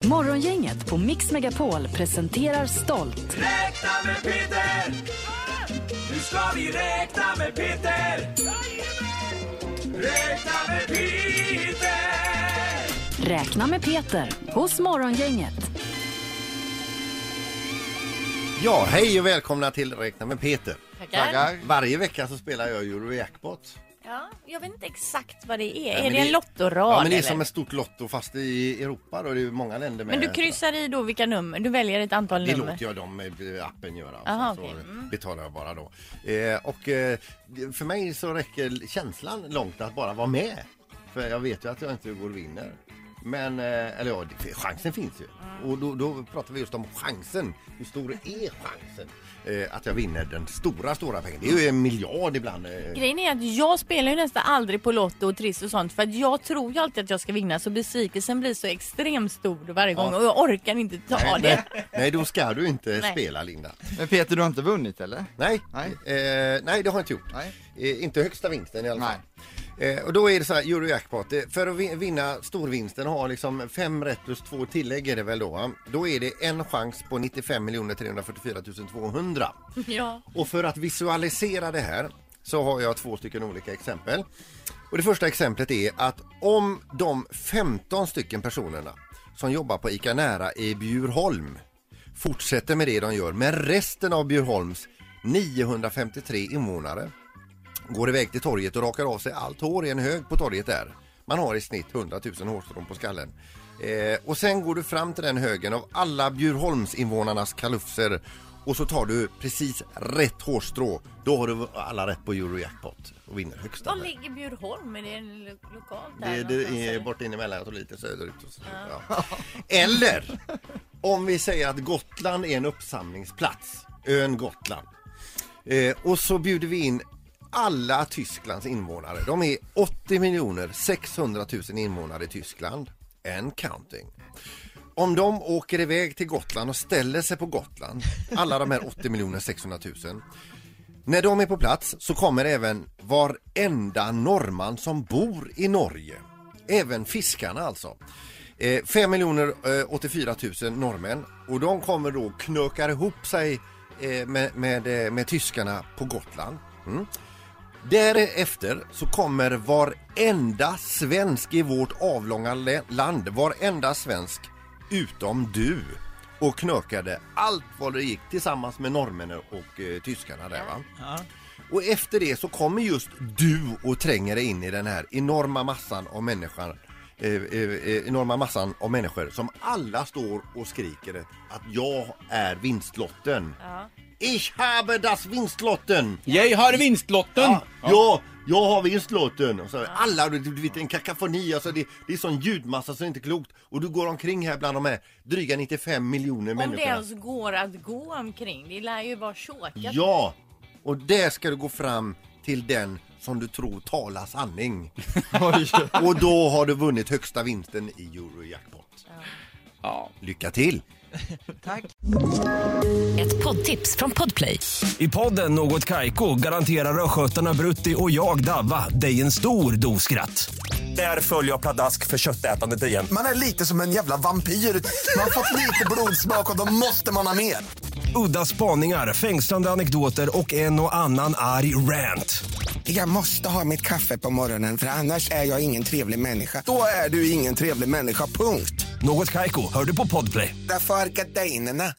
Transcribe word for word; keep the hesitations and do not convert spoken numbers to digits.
Morgongänget på Mix Megapol presenterar stolt. Räkna med Peter! Nu ska vi räkna med Peter! Räkna med Peter! Räkna med Peter hos Morgongänget. Ja, hej och välkomna till Räkna med Peter. Tackar. Tackar. Varje vecka så spelar jag Eurojackpot. Ja, jag vet inte exakt vad det är. Nej, är det, det en lottorad? Ja, men det är eller? som ett stort lotto fast i Europa då. Det är många länder med. Men du kryssar i då vilka nummer? Du väljer ett antal det nummer. låter jag dem med appen göra. Aha, så okay. mm. betalar jag bara då. Eh, och eh, för mig så räcker känslan långt att bara vara med. För jag vet ju att jag inte går och vinner. Men, eh, eller ja, chansen finns ju. Mm. Och då, då pratar vi just om chansen. Hur stor är chansen eh, att jag vinner den stora, stora pengen? Det är ju en miljard ibland. Eh. Grejen är att jag spelar ju nästan aldrig på lotto och triss och sånt. För att jag tror ju alltid att jag ska vinna. Så besvikelsen blir så extremt stor varje gång. Ja. Och jag orkar inte ta nej, det. Nej, nej, då ska du inte nej. spela, Linda. Men Peter, du har inte vunnit, eller? Nej, nej. Eh, nej det har jag inte gjort. Nej. Eh, inte högsta vinsten i alla fall. Nej. Eh, och då är det så här, Eurojackpot, eh, för att vinna storvinsten har liksom fem rätt plus två tillägg är det väl då. Va? Då är det en chans på nittiofem miljoner trehundrafyrtiofyra tusen tvåhundra. Ja. Och för att visualisera det här så har jag två stycken olika exempel. Och det första exemplet är att om de femton stycken personerna som jobbar på Ica Nära i Bjurholm fortsätter med det de gör med resten av Bjurholms niohundrafemtiotre invånare, går iväg till torget och rakar av sig allt hår i en hög på torget där. Man har i snitt hundratusen hårstrån på skallen. Eh, och sen går du fram till den högen av alla Bjurholmsinvånarnas kalufser och så tar du precis rätt hårstrå. Då har du alla rätt på Eurojackpot och vinner högsta. Var ligger Bjurholm? Är det en lo- lokal där? Det, det är bort in emellan och lite söderut. Och så. Ja. Ja. Eller om vi säger att Gotland är en uppsamlingsplats. Ön Gotland. Eh, och så bjuder vi in alla Tysklands invånare. De är åttio miljoner sexhundratusen invånare i Tyskland. And counting. Om de åker iväg till Gotland och ställer sig på Gotland, alla de här åttio miljoner sexhundratusen, när de är på plats så kommer även varenda norrman som bor i Norge. Även fiskarna alltså. Eh, fem miljoner åttiofyra tusen norrmän. Och de kommer då knöka ihop sig eh, med, med, med tyskarna på Gotland. Mm. Därefter så kommer varenda svensk i vårt avlånga land, varenda svensk utom du, och knökade allt vad det gick tillsammans med norrmännen och eh, tyskarna där, va? Ja. Och efter det så kommer just du och tränger dig in i den här enorma massan av människor, eh, eh, enorma massan av människor som alla står och skriker att jag är vinstlotten. Ja. Ich habe das Vinstlotten. Jag har vinstlotten. Ja, ja, jag har vinstlotten. Och så, alla, du, du vet, en kakafoni. Alltså det, det är sån ljudmassa så det är inte klokt. Och du går omkring här bland de här dryga nittiofem miljoner människor. Om det ens går att gå omkring. Det lär ju vara tjåkat. Ja, och där ska du gå fram till den som du tror talar sanning. Och då har du vunnit högsta vinsten i Eurojackpot. Ja. Ja. Lycka till! Tack. Ett poddtips från Podplay. I podden Något Kaiko garanterar röskötarna Brutti och jag Davva dig en stor doskratt. Där följer jag pladask för köttätandet igen. Man är lite som en jävla vampyr. Man har fått lite blodsmak och då måste man ha mer. Udda spaningar, fängslande anekdoter och en och annan arg rant. Jag måste ha mitt kaffe på morgonen för annars är jag ingen trevlig människa. Då är du ingen trevlig människa, punkt. Något Kaiko, hör du på Podplay. Därför är gardinerna.